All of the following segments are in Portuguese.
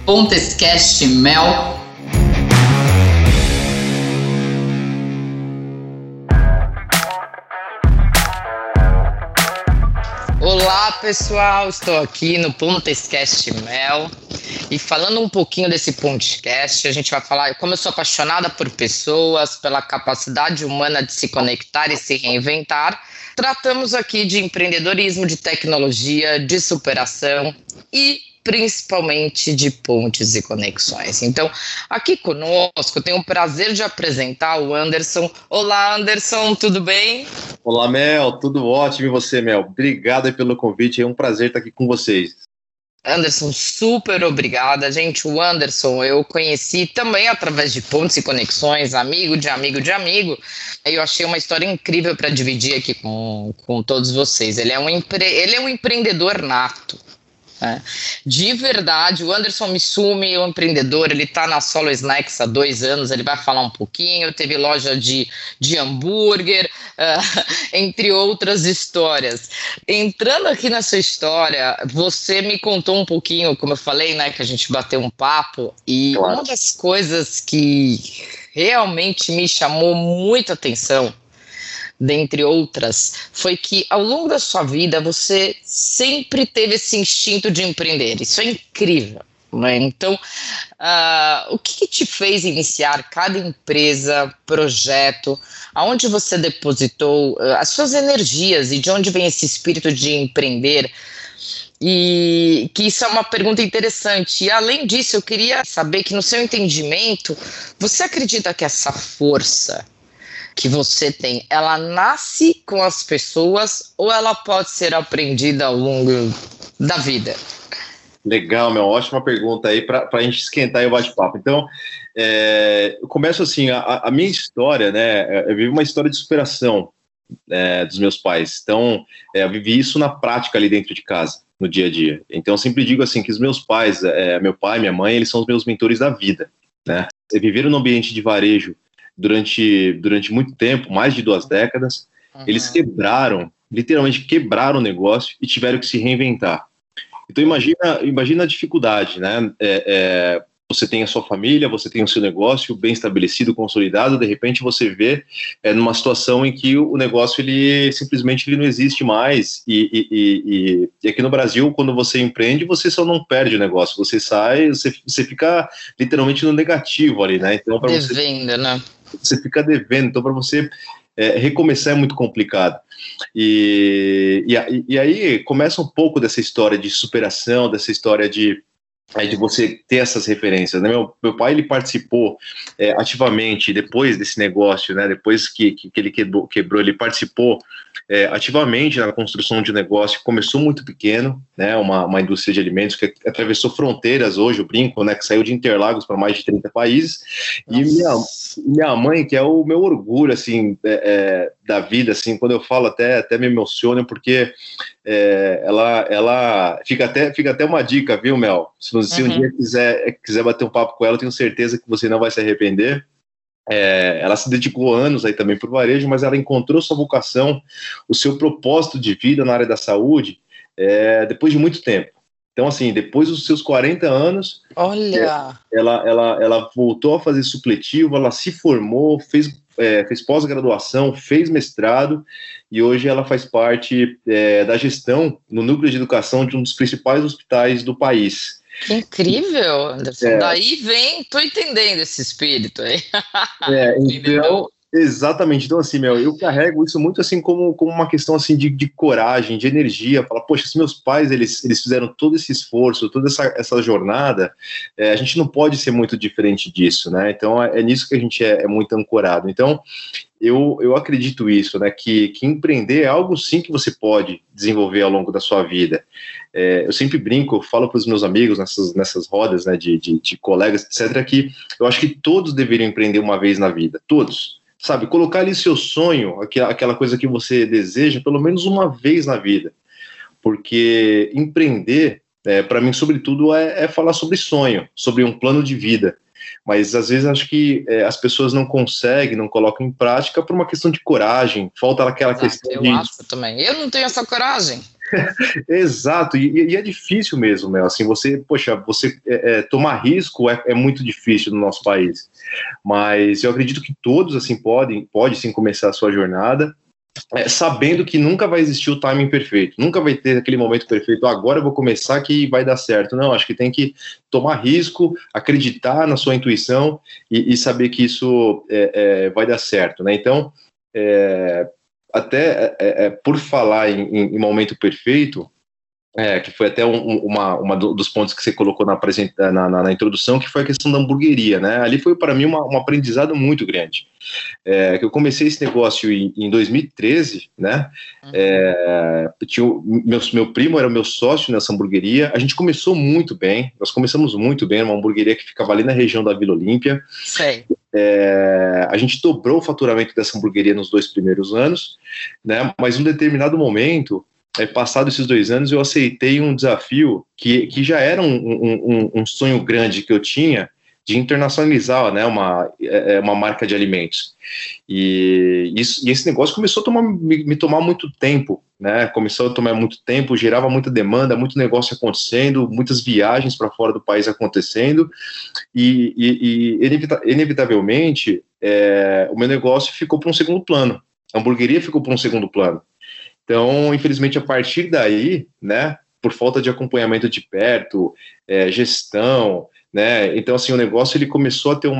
Pontescast Mel. Olá pessoal, estou aqui no Pontescast Mel e falando um pouquinho desse podcast, a gente vai falar como eu sou apaixonada por pessoas, pela capacidade humana de se conectar e se reinventar. Tratamos aqui de empreendedorismo, de tecnologia, de superação e principalmente de pontes e conexões. Então, aqui conosco, eu tenho o prazer de apresentar o Anderson. Olá, Anderson, tudo bem? Olá, Mel, tudo ótimo e você, Mel? Obrigado aí pelo convite, é um prazer estar aqui com vocês. Anderson, super obrigada. Gente, o Anderson eu conheci também através de pontes e conexões, amigo de amigo de amigo. Eu achei uma história incrível para dividir aqui com todos vocês. Ele é um empreendedor nato. De verdade, o Anderson Misumi é um empreendedor, ele está na Solo Snacks há 2 anos, ele vai falar um pouquinho, teve loja de hambúrguer, entre outras histórias. Entrando aqui nessa história, você me contou um pouquinho, como eu falei, né, que a gente bateu um papo, e claro, uma das coisas que realmente me chamou muita atenção, dentre outras, foi que ao longo da sua vida você sempre teve esse instinto de empreender. Isso é incrível, né? Então, o que te fez iniciar cada empresa, projeto, aonde você depositou as suas energias e de onde vem esse espírito de empreender? E que isso é uma pergunta interessante. E além disso, eu queria saber que no seu entendimento, você acredita que essa força que você tem, ela nasce com as pessoas ou ela pode ser aprendida ao longo da vida? Legal, meu, ótima pergunta aí para a gente esquentar o bate-papo. Então, eu começo assim, a minha história, né, eu vivi uma história de superação dos meus pais. Então, eu vivi isso na prática ali dentro de casa, no dia a dia. Então, eu sempre digo assim, que os meus pais, meu pai e minha mãe, eles são os meus mentores da vida, né? Viveram no ambiente de varejo durante muito tempo, mais de 2 décadas, eles literalmente quebraram o negócio e tiveram que se reinventar. Então imagina a dificuldade, né? Você tem a sua família, você tem o seu negócio bem estabelecido, consolidado, de repente você vê numa situação em que o negócio ele simplesmente não existe mais e aqui no Brasil, quando você empreende, você só não perde o negócio, você sai, você fica literalmente no negativo ali, né? Então, devendo, né? Você fica devendo, então para você recomeçar é muito complicado. E aí começa um pouco dessa história de superação, dessa história de você ter essas referências, né? Meu pai, ele participou ativamente, depois desse negócio, né? Depois que ele quebrou, ele participou ativamente na construção de um negócio que começou muito pequeno, né? Uma indústria de alimentos que atravessou fronteiras hoje, eu brinco, né? Que saiu de Interlagos para mais de 30 países. Nossa. E minha mãe, que é o meu orgulho, assim, da vida, assim, quando eu falo até me emociono, porque ela fica até uma dica, viu, Mel? Se um dia quiser bater um papo com ela, eu tenho certeza que você não vai se arrepender. Ela se dedicou anos aí também pro varejo, mas ela encontrou sua vocação, o seu propósito de vida na área da saúde, depois de muito tempo. Então, assim, depois dos seus 40 anos, olha, ela voltou a fazer supletivo, ela se formou, fez pós-graduação, fez mestrado, e hoje ela faz parte da gestão no núcleo de educação de um dos principais hospitais do país. Que incrível, Anderson. Daí vem, tô entendendo esse espírito aí. Então, exatamente. Então, assim, eu carrego isso muito assim como uma questão assim de coragem, de energia. Falar, poxa, se meus pais eles fizeram todo esse esforço, toda essa jornada, a gente não pode ser muito diferente disso, né? Então, é nisso que a gente é muito ancorado. Então, eu acredito isso, né? Que empreender é algo sim que você pode desenvolver ao longo da sua vida. Eu sempre brinco, eu falo para os meus amigos nessas rodas, né, de colegas, etc., que eu acho que todos deveriam empreender uma vez na vida, todos, sabe? Colocar ali seu sonho, aquela coisa que você deseja, pelo menos uma vez na vida, porque empreender, para mim, sobretudo, é falar sobre sonho, sobre um plano de vida. Mas às vezes acho que as pessoas não conseguem, não colocam em prática por uma questão de coragem, falta aquela questão eu acho também. Eu não tenho essa coragem. Exato, e é difícil mesmo, Mel, assim, você tomar risco é muito difícil no nosso país, mas eu acredito que todos, assim, pode sim começar a sua jornada, sabendo que nunca vai existir o timing perfeito, nunca vai ter aquele momento perfeito, agora eu vou começar que vai dar certo. Não, acho que tem que tomar risco, acreditar na sua intuição e saber que isso vai dar certo, né? Então, por falar em momento perfeito, que foi até dos pontos que você colocou na introdução, que foi a questão da hamburgueria, né? Ali foi para mim um aprendizado muito grande. Que eu comecei esse negócio em 2013, né? Meu primo era o meu sócio nessa hamburgueria. A gente começou muito bem, nós começamos muito bem, uma hamburgueria que ficava ali na região da Vila Olímpia. Sei. A gente dobrou o faturamento dessa hamburgueria nos 2 primeiros anos, né? Mas em um determinado momento, passado esses 2 anos, eu aceitei um desafio que já era um sonho grande que eu tinha de internacionalizar, né, uma marca de alimentos. E esse negócio começou a me tomar muito tempo, né? Começou a tomar muito tempo, gerava muita demanda, muito negócio acontecendo, muitas viagens para fora do país acontecendo, e inevitavelmente o meu negócio ficou para um segundo plano. A hamburgueria ficou para um segundo plano. Então, infelizmente, a partir daí, né, por falta de acompanhamento de perto, gestão, né, então, assim, o negócio ele começou a ter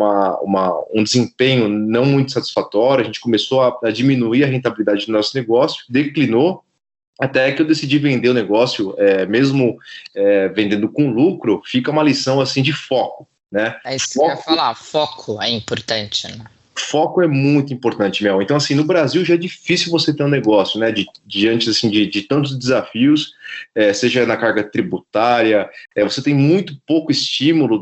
um desempenho não muito satisfatório, a gente começou a diminuir a rentabilidade do nosso negócio, declinou, até que eu decidi vender o negócio, mesmo vendendo com lucro, fica uma lição, assim, de foco, né. É isso que eu ia falar, foco é importante, né? Foco é muito importante, Mel. Então, assim, no Brasil já é difícil você ter um negócio, né, diante, assim, de tantos desafios, seja na carga tributária, você tem muito pouco estímulo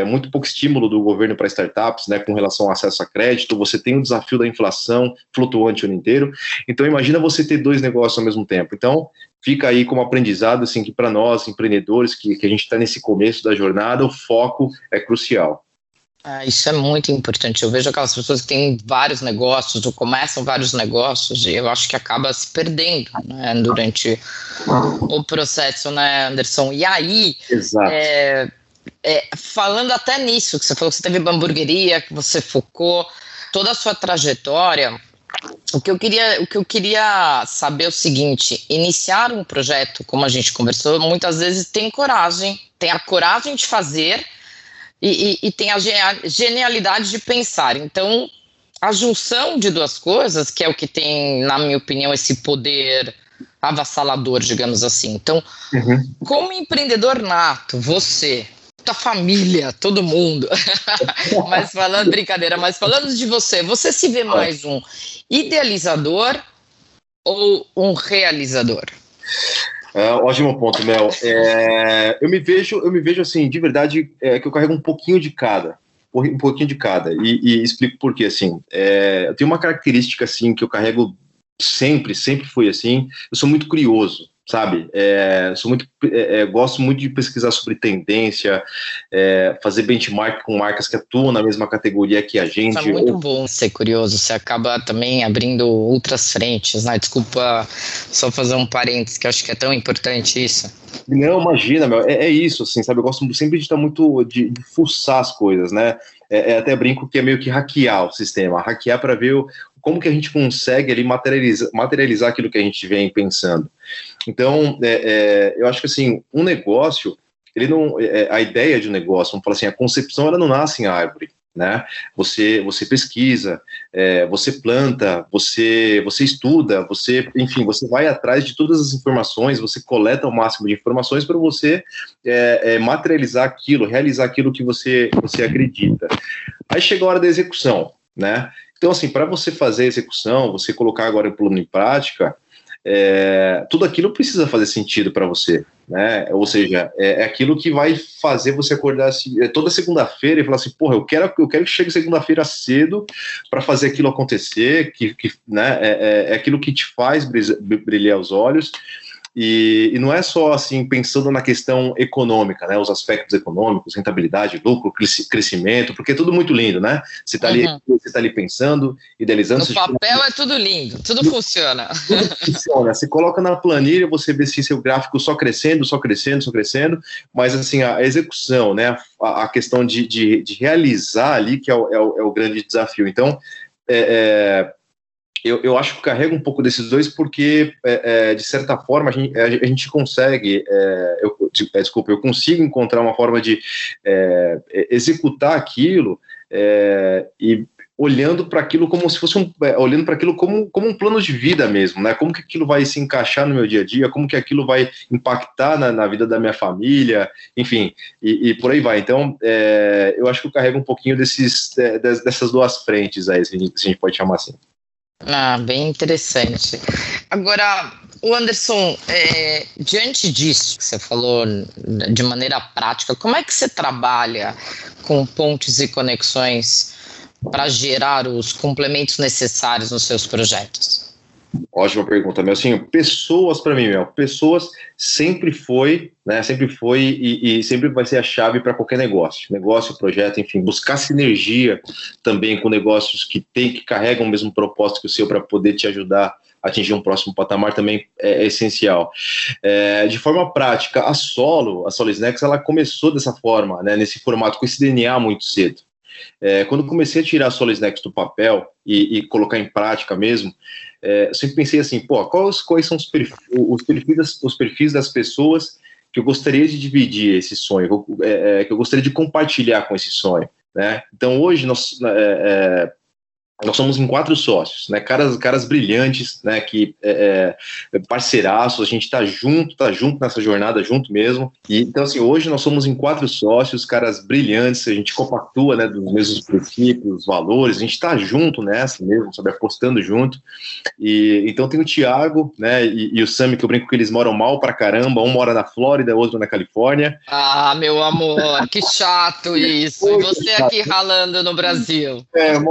do governo para startups, né, com relação ao acesso a crédito, você tem o desafio da inflação flutuante o ano inteiro, então imagina você ter 2 negócios ao mesmo tempo. Então, fica aí como aprendizado, assim, que para nós, empreendedores, que a gente está nesse começo da jornada, o foco é crucial. Isso é muito importante. Eu vejo aquelas pessoas que têm vários negócios ou começam vários negócios e eu acho que acaba se perdendo, né, durante o processo, né, Anderson? E aí, exato. Falando até nisso, que você falou que você teve hamburgueria, que você focou, toda a sua trajetória, o que eu queria saber é o seguinte: iniciar um projeto, como a gente conversou, muitas vezes tem a coragem de fazer e tem a genialidade de pensar. Então, a junção de 2 coisas, que é o que tem, na minha opinião, esse poder avassalador, digamos assim. Então, como empreendedor nato, você, tua família, todo mundo, mas falando de você se vê mais um idealizador ou um realizador? Ótimo ponto, Mel. Eu me vejo assim, de verdade, que eu carrego um pouquinho de cada, e explico por quê, assim. Eu tenho uma característica, assim, que eu carrego sempre fui assim, eu sou muito curioso, sabe? Gosto muito de pesquisar sobre tendência, fazer benchmark com marcas que atuam na mesma categoria que a gente. É muito bom ser curioso, você acaba também abrindo outras frentes, né? Desculpa só fazer um parênteses, que eu acho que é tão importante isso. Não, imagina, meu, é isso, assim, sabe? Eu gosto sempre de estar muito, de fuçar as coisas, né? Até brinco que é meio que hackear o sistema, hackear para ver como que a gente consegue ali materializar aquilo que a gente vem pensando. Então, eu acho que assim, um negócio, ele não, a ideia de um negócio, vamos falar assim, a concepção, ela não nasce em árvore, né? Você pesquisa, você planta, você estuda, enfim, você vai atrás de todas as informações, você coleta o máximo de informações para você materializar aquilo, realizar aquilo que você acredita. Aí chega a hora da execução, né? Então, assim, para você fazer a execução, você colocar agora o plano em prática, tudo aquilo precisa fazer sentido para você, né? Ou seja, é aquilo que vai fazer você acordar assim, toda segunda-feira e falar assim, porra, eu quero que chegue segunda-feira cedo para fazer aquilo acontecer, né? É aquilo que te faz brilhar os olhos. E não é só assim pensando na questão econômica, né, os aspectos econômicos, rentabilidade, lucro, crescimento, porque é tudo muito lindo, né? Você está ali pensando, idealizando. No papel é tudo lindo, tudo funciona. Tudo funciona. Você coloca na planilha, você vê assim, seu gráfico só crescendo, mas assim, a execução, né, a questão de realizar ali que é o grande desafio. Então, eu acho que carrega um pouco desses dois porque, de certa forma, a gente consegue, eu consigo encontrar uma forma de executar aquilo e olhando para aquilo como se fosse olhando para aquilo como um plano de vida mesmo, né? Como que aquilo vai se encaixar no meu dia a dia, como que aquilo vai impactar na vida da minha família, enfim, e por aí vai. Então, eu acho que eu carrego um pouquinho dessas duas frentes aí, se a gente pode chamar assim. Bem interessante. Agora, o Anderson, diante disso que você falou de maneira prática, como é que você trabalha com pontes e conexões para gerar os complementos necessários nos seus projetos? Ótima pergunta, meu. Assim, pessoas para mim, pessoas sempre foi, né? Sempre foi e sempre vai ser a chave para qualquer negócio, projeto, enfim, buscar sinergia também com negócios que carregam o mesmo propósito que o seu para poder te ajudar a atingir um próximo patamar também é essencial. De forma prática, a Solo Snacks, ela começou dessa forma, né? Nesse formato, com esse DNA muito cedo. Quando comecei a tirar a Solo Snacks do papel e colocar em prática mesmo, eu sempre pensei assim, quais são os perfis das pessoas que eu gostaria de dividir esse sonho, que eu gostaria de compartilhar com esse sonho, né? Então hoje nós somos em 4 sócios, né? Caras brilhantes, né? Que parceiraços, a gente tá junto nessa jornada, junto mesmo. E então, assim, hoje nós somos em 4 sócios, caras brilhantes, a gente compactua, né? Dos mesmos princípios, valores, a gente tá junto nessa mesmo, sabe? Apostando junto. E então tem o Thiago, né? E o Sami, que eu brinco que eles moram mal pra caramba, um mora na Flórida, outro na Califórnia. Meu amor, que chato isso. E você aqui ralando no Brasil.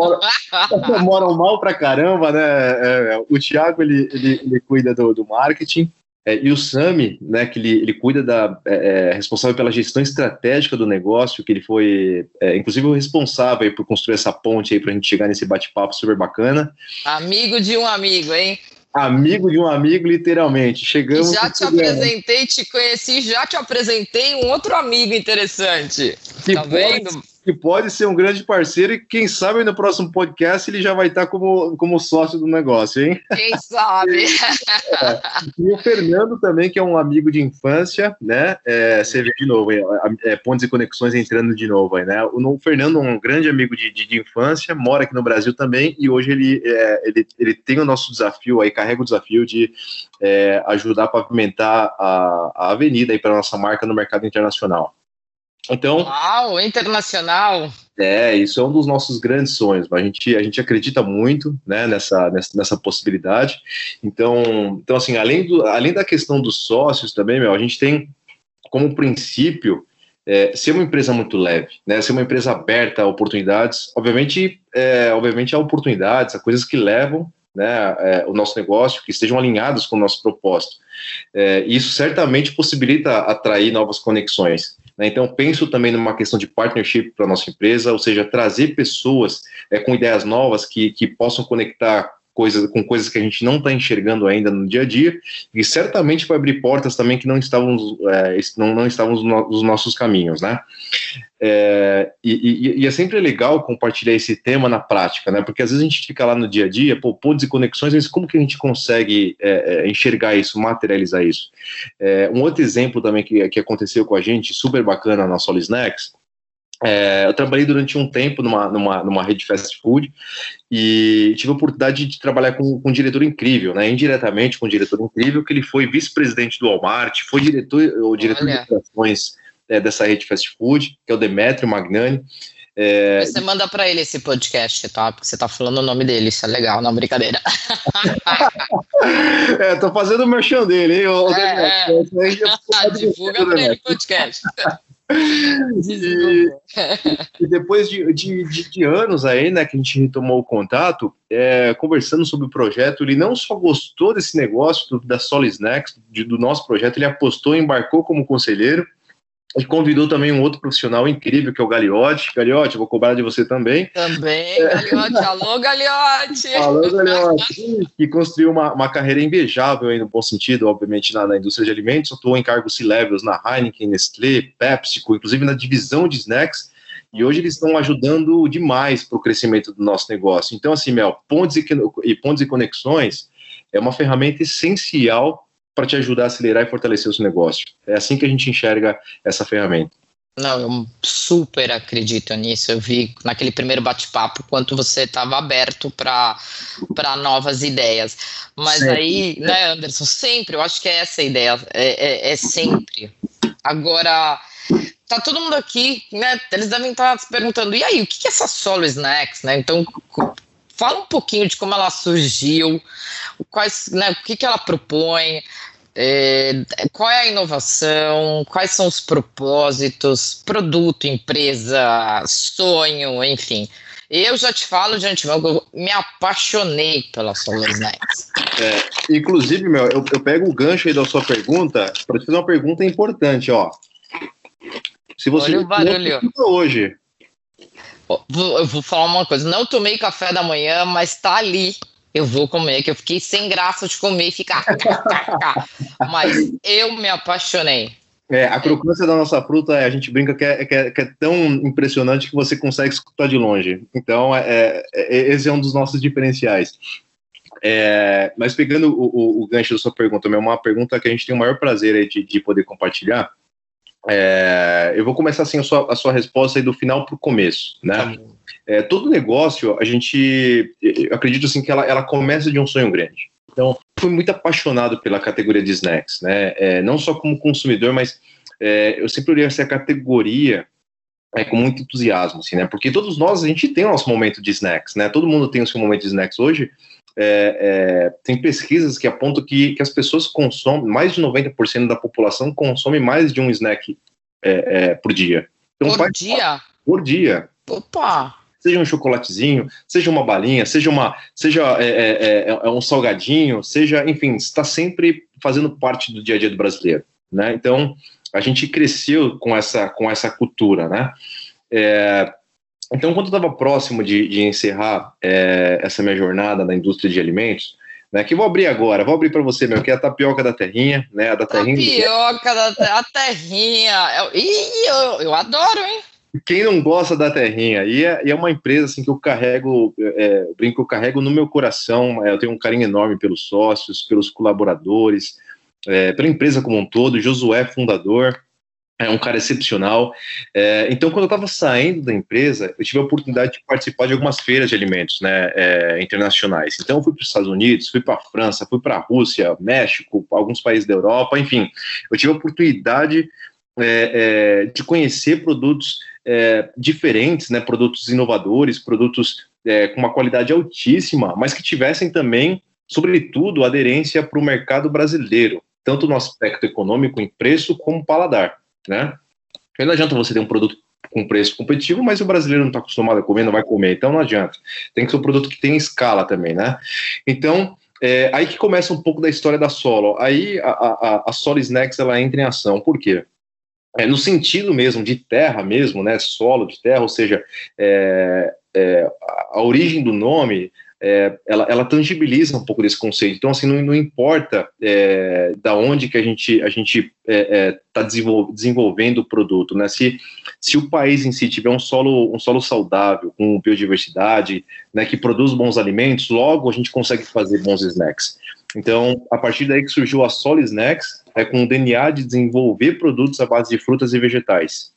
Moram mal pra caramba, né? O Thiago, ele cuida do marketing, e o Sami, né, que ele cuida responsável pela gestão estratégica do negócio, que ele foi, inclusive, o responsável por construir essa ponte aí pra gente chegar nesse bate-papo super bacana. Amigo de um amigo, hein? Amigo de um amigo, literalmente. Chegamos. Já te apresentei, te conheci, já te apresentei um outro amigo interessante. Tá vendo? Que pode ser um grande parceiro e quem sabe no próximo podcast ele já vai estar como sócio do negócio, hein? Quem sabe? E o Fernando também, que é um amigo de infância, né? Você vê de novo, pontes e conexões entrando de novo aí, né? O Fernando é um grande amigo de infância, mora aqui no Brasil também e hoje ele tem o nosso desafio aí, carrega o desafio de ajudar a pavimentar a avenida aí para nossa marca no mercado internacional. Então, uau, internacional! Isso é um dos nossos grandes sonhos, mas a gente acredita muito, né, nessa possibilidade. Então assim, além da questão dos sócios também, a gente tem como princípio ser uma empresa muito leve, né, ser uma empresa aberta a oportunidades, obviamente a oportunidades, a coisas que levam, né, o nosso negócio, que estejam alinhados com o nosso propósito. E isso certamente possibilita atrair novas conexões. Então, penso também numa questão de partnership para a nossa empresa, ou seja, trazer pessoas com ideias novas que possam conectar com coisas que a gente não está enxergando ainda no dia a dia, e certamente vai abrir portas também que não estavam nos nossos caminhos, né? E é sempre legal compartilhar esse tema na prática, né? Porque às vezes a gente fica lá no dia a dia, pontos e conexões, mas como que a gente consegue enxergar isso, materializar isso? Um outro exemplo também que aconteceu com a gente, super bacana na Solo Snacks, eu trabalhei durante um tempo numa rede de fast food e tive a oportunidade de trabalhar com um diretor incrível, né? Indiretamente com um diretor incrível, que ele foi vice-presidente do Walmart, foi diretor de operações dessa rede de fast food, que é o Demetrio Magnani. Você manda para ele esse podcast, tá? Porque você tá falando o nome dele, isso é legal, não, brincadeira. Tô fazendo o merchan dele, hein? Divulga para ele o podcast. E depois de anos aí, né, que a gente retomou o contato, conversando sobre o projeto, ele não só gostou desse negócio da Solo Snacks, do nosso projeto, ele apostou, embarcou como conselheiro, e convidou também um outro profissional incrível, que é o Gagliotti. Gagliotti, eu vou cobrar de você também. Também, Gagliotti. Alô, Gagliotti! Alô, Gagliotti! Que construiu uma carreira invejável, aí, no bom sentido, obviamente, na indústria de alimentos. Atuou em cargos C-levels na Heineken, Nestlé, PepsiCo, inclusive na divisão de snacks. E hoje eles estão ajudando demais para o crescimento do nosso negócio. Então, assim, Mel, pontos e conexões é uma ferramenta essencial para te ajudar a acelerar e fortalecer o seu negócio. É assim que a gente enxerga essa ferramenta. Não, eu super acredito nisso. Eu vi naquele primeiro bate-papo quanto você estava aberto para novas ideias. Mas aí, né, Anderson, sempre, eu acho que é essa a ideia, é sempre. Agora, tá todo mundo aqui, né? Eles devem estar se perguntando, e aí, o que é essa Solo Snacks, né? Então, fala um pouquinho de como ela surgiu, né, o que ela propõe, qual é a inovação, quais são os propósitos, produto, empresa, sonho, enfim. Eu já te falo de antemão que eu me apaixonei pela Solo Snacks. Inclusive, Mel, eu pego o gancho aí da sua pergunta para te fazer uma pergunta importante, ó. Se você olha o barulho hoje. Eu vou falar uma coisa, não tomei café da manhã, mas tá ali. Eu vou comer, que eu fiquei sem graça de comer e ficar. Mas eu me apaixonei. A crocância da nossa fruta, a gente brinca que é tão impressionante que você consegue escutar de longe. Então, esse é um dos nossos diferenciais. Mas pegando o gancho da sua pergunta, é uma pergunta que a gente tem o maior prazer aí de poder compartilhar. Eu vou começar assim a sua resposta aí do final para o começo, né? Todo negócio, eu acredito assim que ela começa de um sonho grande. Então, fui muito apaixonado pela categoria de snacks, né? Não só como consumidor, mas eu sempre olhei essa categoria com muito entusiasmo, assim, né? Porque todos nós, a gente tem o nosso momento de snacks, né? Todo mundo tem o seu momento de snacks hoje. Tem pesquisas que apontam que as pessoas consomem, mais de 90% da população consome mais de um snack por dia. Então, por dia. Opa! Seja um chocolatezinho, seja uma balinha, seja um salgadinho, enfim, está sempre fazendo parte do dia a dia do brasileiro, né? Então, a gente cresceu com essa cultura, né? Então, quando eu estava próximo de encerrar essa minha jornada na indústria de alimentos, né, que vou abrir agora, vou abrir para você, meu, que é a tapioca da terrinha, né? Tapioca da terrinha. Eu adoro, hein? Quem não gosta da terrinha? E é uma empresa assim, que eu carrego, eu carrego no meu coração. Eu tenho um carinho enorme pelos sócios, pelos colaboradores, pela empresa como um todo. Josué, fundador, é um cara excepcional. Então, quando eu estava saindo da empresa, eu tive a oportunidade de participar de algumas feiras de alimentos, né, internacionais. Então, eu fui para os Estados Unidos, fui para a França, fui para a Rússia, México, alguns países da Europa, enfim. Eu tive a oportunidade de conhecer produtos diferentes, né, produtos inovadores, produtos com uma qualidade altíssima, mas que tivessem também, sobretudo, aderência para o mercado brasileiro, tanto no aspecto econômico, em preço, como paladar, né? Porque não adianta você ter um produto com preço competitivo, mas o brasileiro não está acostumado a comer, não vai comer, então não adianta. Tem que ser um produto que tenha escala também, né? Então, aí que começa um pouco da história da Solo. Aí a Solo Snacks, ela entra em ação. Por quê? No sentido mesmo de terra mesmo, né, solo de terra, ou seja, a origem do nome, ela tangibiliza um pouco desse conceito. Então, assim, não importa da onde que a gente está desenvolvendo o produto, né? Se o país em si tiver um solo saudável, com biodiversidade, né, que produz bons alimentos, logo a gente consegue fazer bons snacks. Então, a partir daí que surgiu a Solo Snacks, com o DNA de desenvolver produtos à base de frutas e vegetais.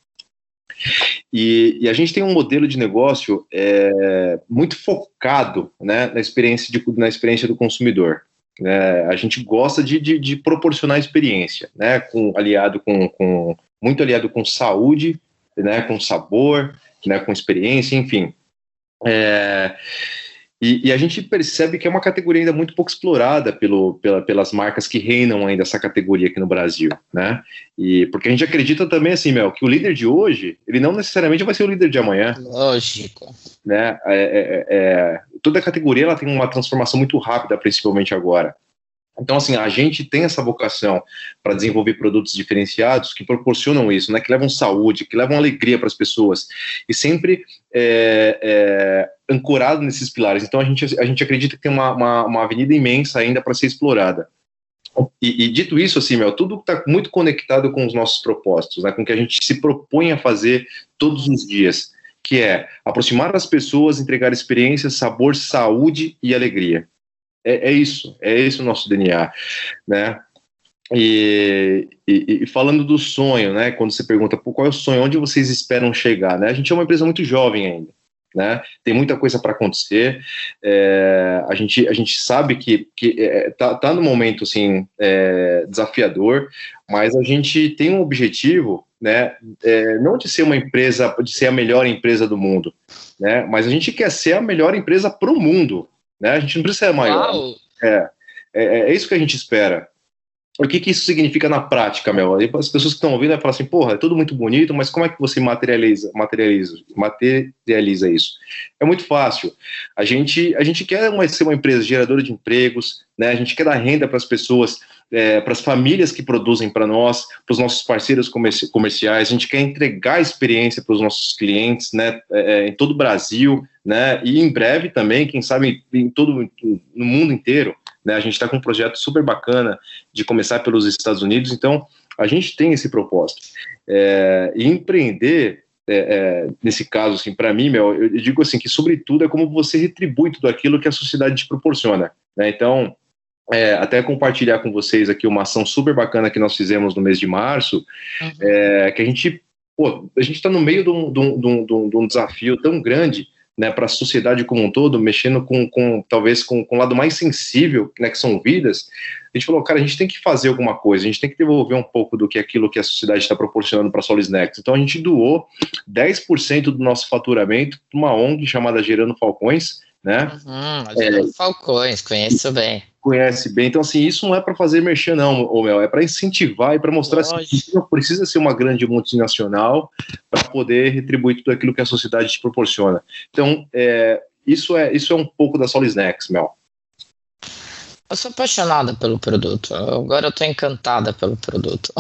E a gente tem um modelo de negócio muito focado, né, na experiência do consumidor. A gente gosta de proporcionar experiência, né, muito aliado com saúde, né, com sabor, né, com experiência, enfim. E a gente percebe que é uma categoria ainda muito pouco explorada pelas marcas que reinam ainda essa categoria aqui no Brasil, né? E porque a gente acredita também, assim, Mel, que o líder de hoje, ele não necessariamente vai ser o líder de amanhã. Lógico. Né? Toda a categoria ela tem uma transformação muito rápida, principalmente agora. Então, assim, a gente tem essa vocação para desenvolver produtos diferenciados que proporcionam isso, né? Que levam saúde, que levam alegria para as pessoas, e sempre ancorado nesses pilares. Então, a gente acredita que tem uma avenida imensa ainda para ser explorada. E dito isso, assim, Mel, tudo está muito conectado com os nossos propósitos, né? Com o que a gente se propõe a fazer todos os dias, que é aproximar as pessoas, entregar experiências, sabor, saúde e alegria. É isso o nosso DNA, né? E falando do sonho, né? Quando você pergunta qual é o sonho, onde vocês esperam chegar, né? A gente é uma empresa muito jovem ainda, né? Tem muita coisa para acontecer. A gente sabe que tá no momento assim desafiador, mas a gente tem um objetivo, né? Não de ser uma empresa, de ser a melhor empresa do mundo, né? Mas a gente quer ser a melhor empresa para o mundo. Né? A gente não precisa ser maior. É isso que a gente espera. O que isso significa na prática, Mel? As pessoas que estão ouvindo vão falar assim, porra, é tudo muito bonito, mas como é que você materializa isso? É muito fácil. A gente quer ser uma empresa geradora de empregos, né? A gente quer dar renda para as pessoas, para as famílias que produzem para nós, para os nossos parceiros comerciais, a gente quer entregar experiência para os nossos clientes, né? Em todo o Brasil, né? E em breve também, quem sabe, no mundo inteiro. Né, a gente está com um projeto super bacana de começar pelos Estados Unidos, então a gente tem esse propósito. E empreender, nesse caso, assim, para mim, eu digo assim, que sobretudo é como você retribui tudo aquilo que a sociedade te proporciona. Né? Então, até compartilhar com vocês aqui uma ação super bacana que nós fizemos no mês de março, que a gente está no meio de um desafio tão grande, né, para a sociedade como um todo, mexendo talvez com o lado mais sensível, né, que são vidas. A gente falou, cara, a gente tem que fazer alguma coisa, a gente tem que devolver um pouco aquilo que a sociedade está proporcionando para a Solisnex. Então a gente doou 10% do nosso faturamento para uma ONG chamada Gerando Falcões, né? Gerando Falcões, conheço bem. Conhece bem, então assim, isso não é para fazer merchan não, Mel, é para incentivar e para mostrar assim, que não precisa ser uma grande multinacional para poder retribuir tudo aquilo que a sociedade te proporciona. Então, isso é um pouco da Solisnex, Mel. Eu sou apaixonada pelo produto, agora eu estou encantada pelo produto.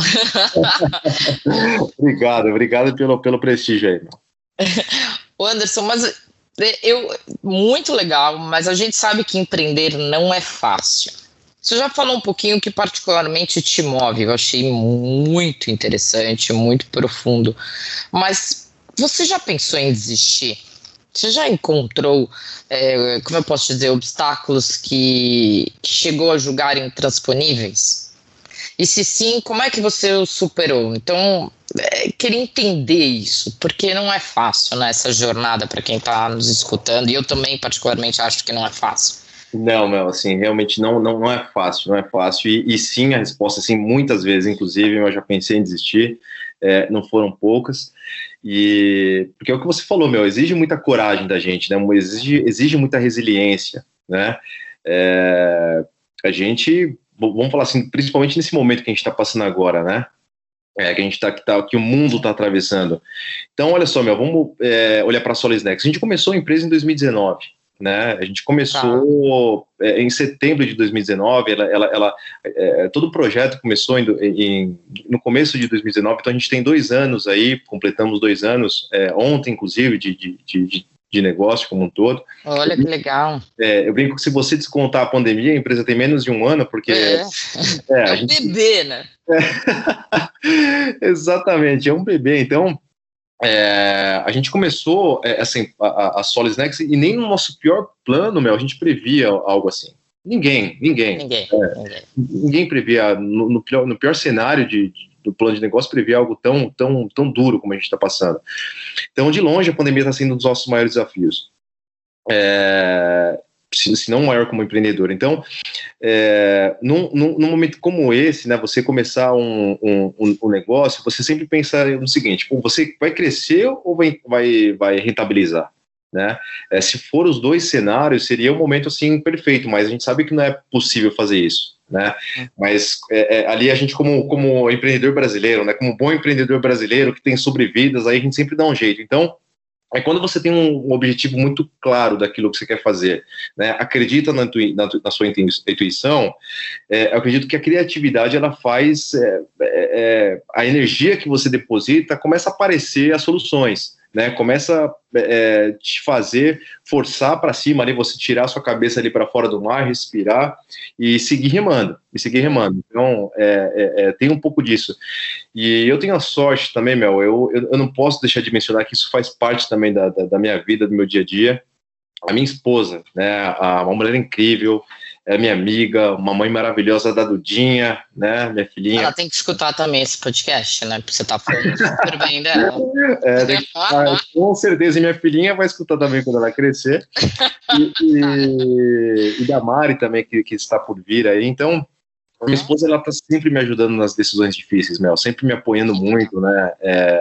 Obrigado pelo prestígio aí, Mel. Anderson, mas muito legal, mas a gente sabe que empreender não é fácil. Você já falou um pouquinho que particularmente te move, eu achei muito interessante, muito profundo, mas você já pensou em desistir? Você já encontrou, como eu posso dizer, obstáculos que chegou a julgar intransponíveis? E se sim, como é que você o superou? Então, queria entender isso, porque não é fácil, né, essa jornada para quem está nos escutando, e eu também particularmente acho que não é fácil. Não, assim, realmente não é fácil, e sim, a resposta, assim, muitas vezes, inclusive, eu já pensei em desistir, não foram poucas, porque é o que você falou, exige muita coragem da gente, né, exige muita resiliência, né, a gente, vamos falar assim, principalmente nesse momento que a gente está passando agora, né, que a gente que o mundo está atravessando. Então, olha só, vamos olhar para a Solisnex. A gente começou a empresa em 2019, né? A gente começou em setembro de 2019. Todo o projeto começou no começo de 2019. Então, a gente tem 2 anos aí, completamos 2 anos ontem, inclusive, de negócio como um todo. Olha que legal. Eu brinco que se você descontar a pandemia, a empresa tem menos de 1 ano, porque... É um bebê, né? Exatamente, é um bebê. Então, a gente começou assim, a Solisnex, e nem no nosso pior plano, a gente previa algo assim. Ninguém previa, no pior cenário do plano de negócio, previa algo tão duro como a gente está passando. Então, de longe, a pandemia está sendo um dos nossos maiores desafios. Se não maior como empreendedor. Então, num momento como esse, né, você começar um negócio, você sempre pensa no seguinte: você vai crescer ou vai rentabilizar? né? Se for os dois cenários, seria um momento assim perfeito, mas a gente sabe que não é possível fazer isso, né? Mas ali a gente como empreendedor brasileiro, né? Como bom empreendedor brasileiro que tem sobrevidas, aí a gente sempre dá um jeito. Então, quando você tem um objetivo muito claro daquilo que você quer fazer, né? Acredita na sua intuição, eu acredito que a criatividade ela faz a energia que você deposita começa a aparecer as soluções, né? Começa te fazer forçar para cima ali, você tirar a sua cabeça ali para fora do mar, respirar e seguir remando, Então, tem um pouco disso. E eu tenho a sorte também, Mel, eu não posso deixar de mencionar que isso faz parte também da minha vida, do meu dia a dia. A minha esposa, né? Uma mulher incrível, é minha amiga, uma mãe maravilhosa da Dudinha, né, minha filhinha. Ela tem que escutar também esse podcast, né, porque você tá falando super bem dela. Com certeza, minha filhinha vai escutar também quando ela crescer. E da Mari também, que está por vir aí. Então, a minha esposa, ela tá sempre me ajudando nas decisões difíceis, Mel, sempre me apoiando muito, né,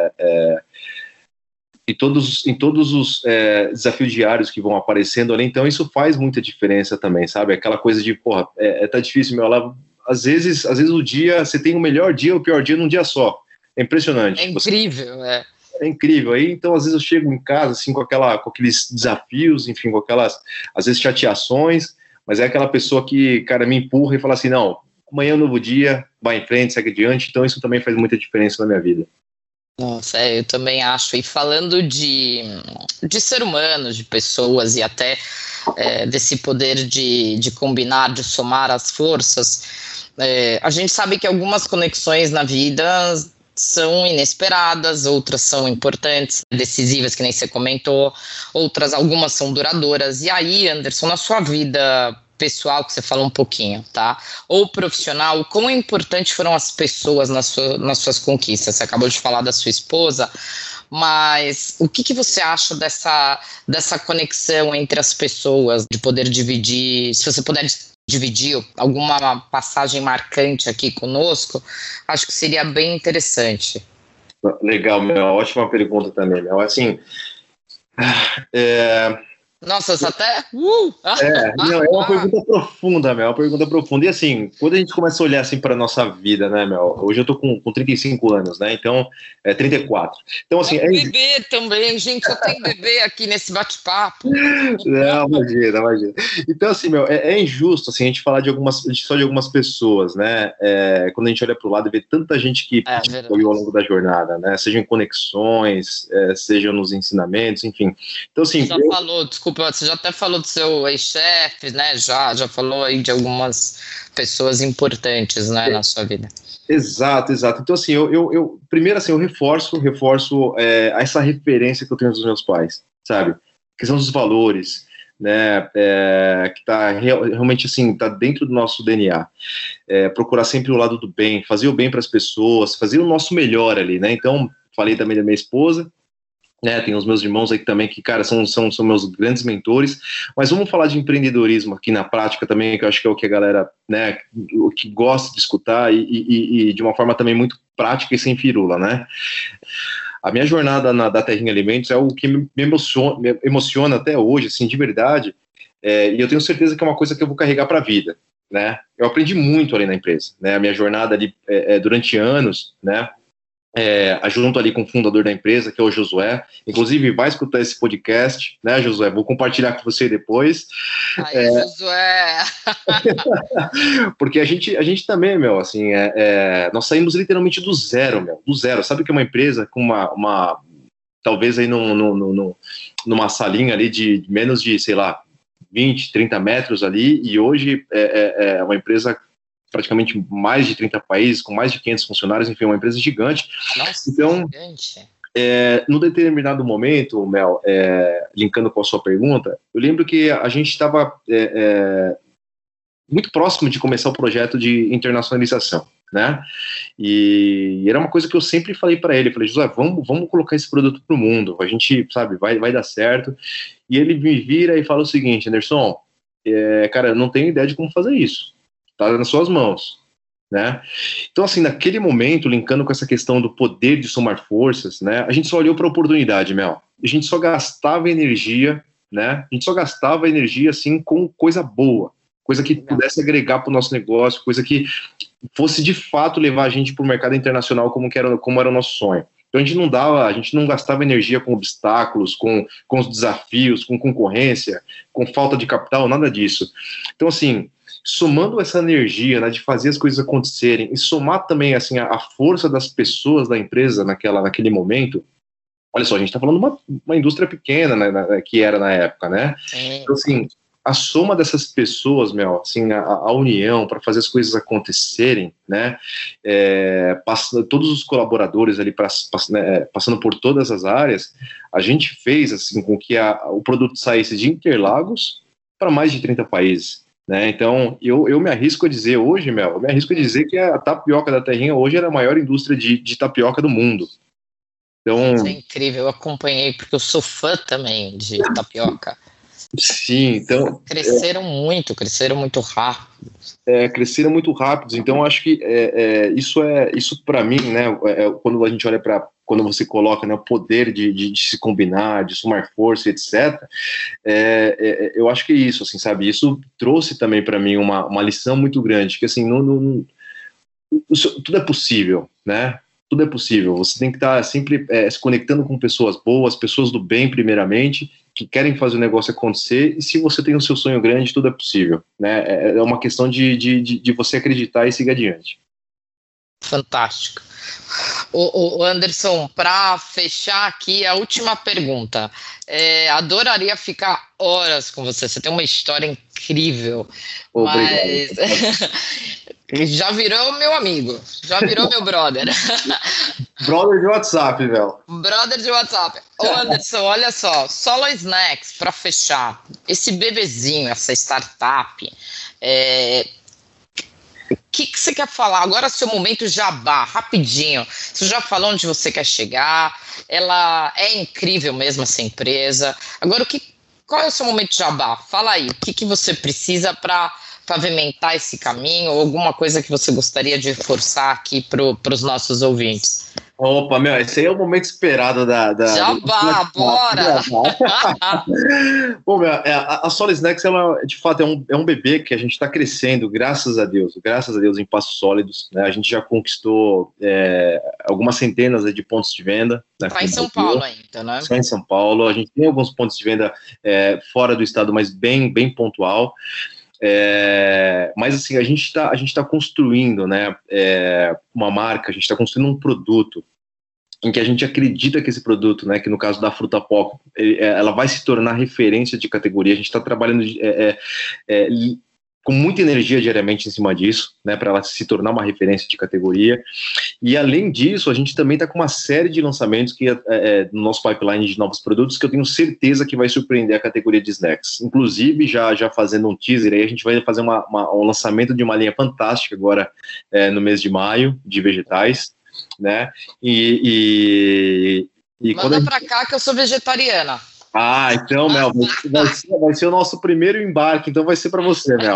em todos os desafios diários que vão aparecendo ali, então isso faz muita diferença também, sabe? Aquela coisa de, porra, tá difícil, meu, às vezes o dia, você tem o melhor dia ou o pior dia num dia só, é impressionante. É incrível, É incrível, aí então às vezes eu chego em casa, assim, com aqueles desafios, enfim, com aquelas, às vezes, chateações, mas é aquela pessoa que, cara, me empurra e fala assim, não, amanhã é um novo dia, vai em frente, segue adiante, então isso também faz muita diferença na minha vida. Nossa, eu também acho. E falando de ser humano, de pessoas e até desse poder de combinar, de somar as forças, a gente sabe que algumas conexões na vida são inesperadas, outras são importantes, decisivas, que nem você comentou, algumas são duradouras. E aí, Anderson, na sua vida pessoal, que você falou um pouquinho, tá? Ou profissional, quão importante foram as pessoas nas suas conquistas? Você acabou de falar da sua esposa, mas o que você acha dessa conexão entre as pessoas, de poder dividir, se você puder dividir alguma passagem marcante aqui conosco, acho que seria bem interessante. Legal, Mel, ótima pergunta também, Mel. Assim, Nossa, você até... Não, é uma pergunta profunda, Mel, uma pergunta profunda. E assim, quando a gente começa a olhar assim para nossa vida, né, Mel? Hoje eu tô com 35 anos, né? Então, 34. Então, assim... bebê também, gente, eu tenho bebê aqui nesse bate-papo. Não, imagina. Então, assim, Mel, é injusto assim, a gente falar só de algumas pessoas, né? Quando a gente olha para o lado e vê tanta gente que foi ao longo da jornada, né? Seja em conexões, seja nos ensinamentos, enfim. Então, assim... Desculpa, você já até falou do seu ex-chefe, né? Já falou aí de algumas pessoas importantes, né, na sua vida. Exato. Então, assim, eu primeiro, assim, eu reforço essa referência que eu tenho dos meus pais, sabe? Que são os valores, né? Que tá realmente, assim, tá dentro do nosso DNA. Procurar sempre o lado do bem, fazer o bem para as pessoas, fazer o nosso melhor ali, né? Então, falei também da minha esposa, né, tem os meus irmãos aí também que, cara, são meus grandes mentores, mas vamos falar de empreendedorismo aqui na prática também, que eu acho que é o que a galera, né, o que gosta de escutar e de uma forma também muito prática e sem firula, né. A minha jornada da Terrinha Alimentos é o que me emociona até hoje, assim, de verdade, e eu tenho certeza que é uma coisa que eu vou carregar para a vida, né. Eu aprendi muito ali na empresa, né, a minha jornada ali durante anos, né, junto ali com o fundador da empresa, que é o Josué, inclusive vai escutar esse podcast, né, Josué, vou compartilhar com você depois. Josué! Porque a gente também, Mel, assim, nós saímos literalmente do zero, Mel, do zero, sabe que é uma empresa com uma talvez aí numa salinha ali de menos de, sei lá, 20, 30 metros ali, e hoje é uma empresa praticamente mais de 30 países, com mais de 500 funcionários, enfim, uma empresa gigante. Nossa, então, gigante. No determinado momento, Mel, linkando com a sua pergunta, eu lembro que a gente estava muito próximo de começar o projeto de internacionalização, né? E era uma coisa que eu sempre falei para ele, falei, José, vamos colocar esse produto para o mundo, a gente, sabe, vai dar certo. E ele me vira e fala o seguinte, Anderson, cara, eu não tenho ideia de como fazer isso. Tá nas suas mãos. né? Então, assim, naquele momento, linkando com essa questão do poder de somar forças, né? A gente só olhou para a oportunidade, Mel. A gente só gastava energia, né? A gente só gastava energia, assim, com coisa boa, coisa que pudesse agregar para o nosso negócio, coisa que fosse, de fato, levar a gente para o mercado internacional como era o nosso sonho. Então a gente não gastava energia com obstáculos, com os desafios, com concorrência, com falta de capital, nada disso. Então, assim, somando essa energia, né, de fazer as coisas acontecerem e somar também, assim, a força das pessoas da empresa naquele momento. Olha só, a gente está falando de uma indústria pequena, né, que era na época, né? Então, assim, a soma dessas pessoas, Mel, assim, a união para fazer as coisas acontecerem, né? Todos os colaboradores ali passando por todas as áreas, a gente fez assim com que o produto saísse de Interlagos para mais de 30 países. Né? Então, eu me arrisco a dizer hoje, Mel, que a tapioca da Terrinha hoje é a maior indústria de tapioca do mundo. Então, isso é incrível, eu acompanhei, porque eu sou fã também de tapioca. Sim, então... Cresceram muito rápido. Cresceram muito rápidos, então acho que isso para mim, né, quando a gente olha para, quando você coloca, né, o poder de se combinar, de somar força, etc., eu acho que é isso, assim, sabe, isso trouxe também para mim uma lição muito grande, que assim, tudo é possível, né? Tudo é possível, você tem que estar sempre se conectando com pessoas boas, pessoas do bem primeiramente, que querem fazer o negócio acontecer, e se você tem o seu sonho grande, tudo é possível, né? É uma questão de você acreditar e seguir adiante. Fantástico. O Anderson, para fechar aqui, a última pergunta. Adoraria ficar horas com você, você tem uma história incrível. Obrigado. Mas já virou meu amigo, já virou meu brother. Brother de WhatsApp, velho. Brother de WhatsApp. Ô Anderson, olha só, Solo Snacks, para fechar, esse bebezinho, essa startup, o que você quer falar? Agora é seu momento jabá, rapidinho. Você já falou onde você quer chegar, ela é incrível mesmo, essa empresa. Agora, qual é o seu momento jabá? Fala aí, o que você precisa para pavimentar esse caminho, ou alguma coisa que você gostaria de reforçar aqui para os nossos ouvintes? Opa, meu, esse aí é o momento esperado Jabá, bora! Bom, meu, a Solo Snacks, de fato, é um bebê que a gente está crescendo, graças a Deus, em passos sólidos, né? A gente já conquistou algumas centenas de pontos de venda. Está em São Paulo ainda, né? Só em São Paulo, a gente tem alguns pontos de venda fora do estado, mas bem pontual. Mas assim, a gente está construindo, né, uma marca, a gente está construindo um produto em que a gente acredita que esse produto, né, que no caso da Fruta Pop, ela vai se tornar referência de categoria. A gente está trabalhando com muita energia diariamente em cima disso, né, para ela se tornar uma referência de categoria. E além disso, a gente também está com uma série de lançamentos no nosso pipeline de novos produtos, que eu tenho certeza que vai surpreender a categoria de snacks. Inclusive, já fazendo um teaser aí, a gente vai fazer um lançamento de uma linha fantástica agora no mês de maio, de vegetais, né? Manda pra cá que eu sou vegetariana. Ah, então, Mel, vai ser o nosso primeiro embarque, então vai ser para você, Mel.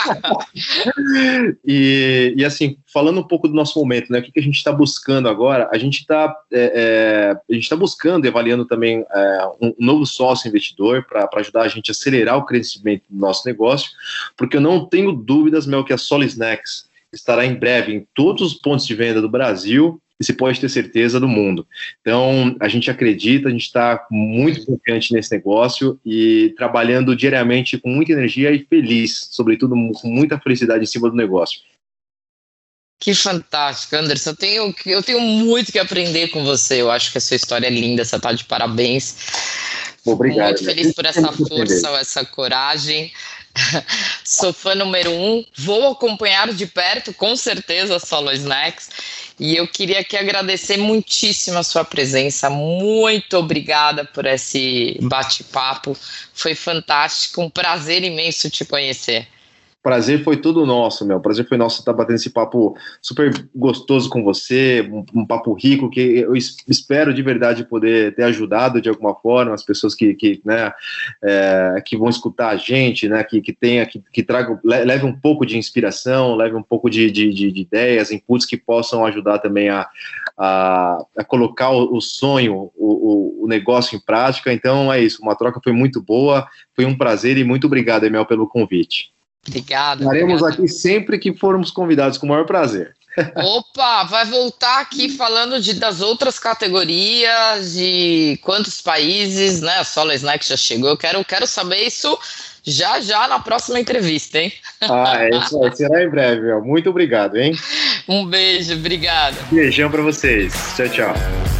E assim, falando um pouco do nosso momento, né? O que a gente está buscando agora? A gente está buscando e avaliando também um novo sócio investidor para ajudar a gente a acelerar o crescimento do nosso negócio, porque eu não tenho dúvidas, Mel, que a Solo Snacks estará em breve em todos os pontos de venda do Brasil, e você pode ter certeza do mundo. Então, a gente acredita, a gente está muito confiante nesse negócio e trabalhando diariamente com muita energia e feliz, sobretudo com muita felicidade em cima do negócio. Que fantástico, Anderson. Eu tenho muito que aprender com você. Eu acho que a sua história é linda, você está de parabéns. Obrigado. Muito feliz por essa força, essa coragem. Sou fã número 1. Vou acompanhar de perto, com certeza, a Solo Snacks. E eu queria aqui agradecer muitíssimo a sua presença. Muito obrigada por esse bate-papo. Foi fantástico, um prazer imenso te conhecer. Prazer foi tudo nosso, meu. Prazer foi nosso estar batendo esse papo super gostoso com você, um papo rico, que eu espero de verdade poder ter ajudado de alguma forma as pessoas que vão escutar a gente, né, que traga, leve um pouco de inspiração, leve um pouco de ideias, inputs que possam ajudar também a colocar o sonho, o negócio em prática. Então é isso, uma troca foi muito boa, foi um prazer e muito obrigado, Emel, pelo convite. Obrigada. Estaremos aqui sempre que formos convidados, com o maior prazer. Opa, vai voltar aqui falando das outras categorias, de quantos países, né? A Solo Snack já chegou. Eu quero saber isso já na próxima entrevista, hein? É isso aí, será em breve, meu. Muito obrigado, hein? Um beijo, obrigada. Beijão pra vocês. Tchau, tchau.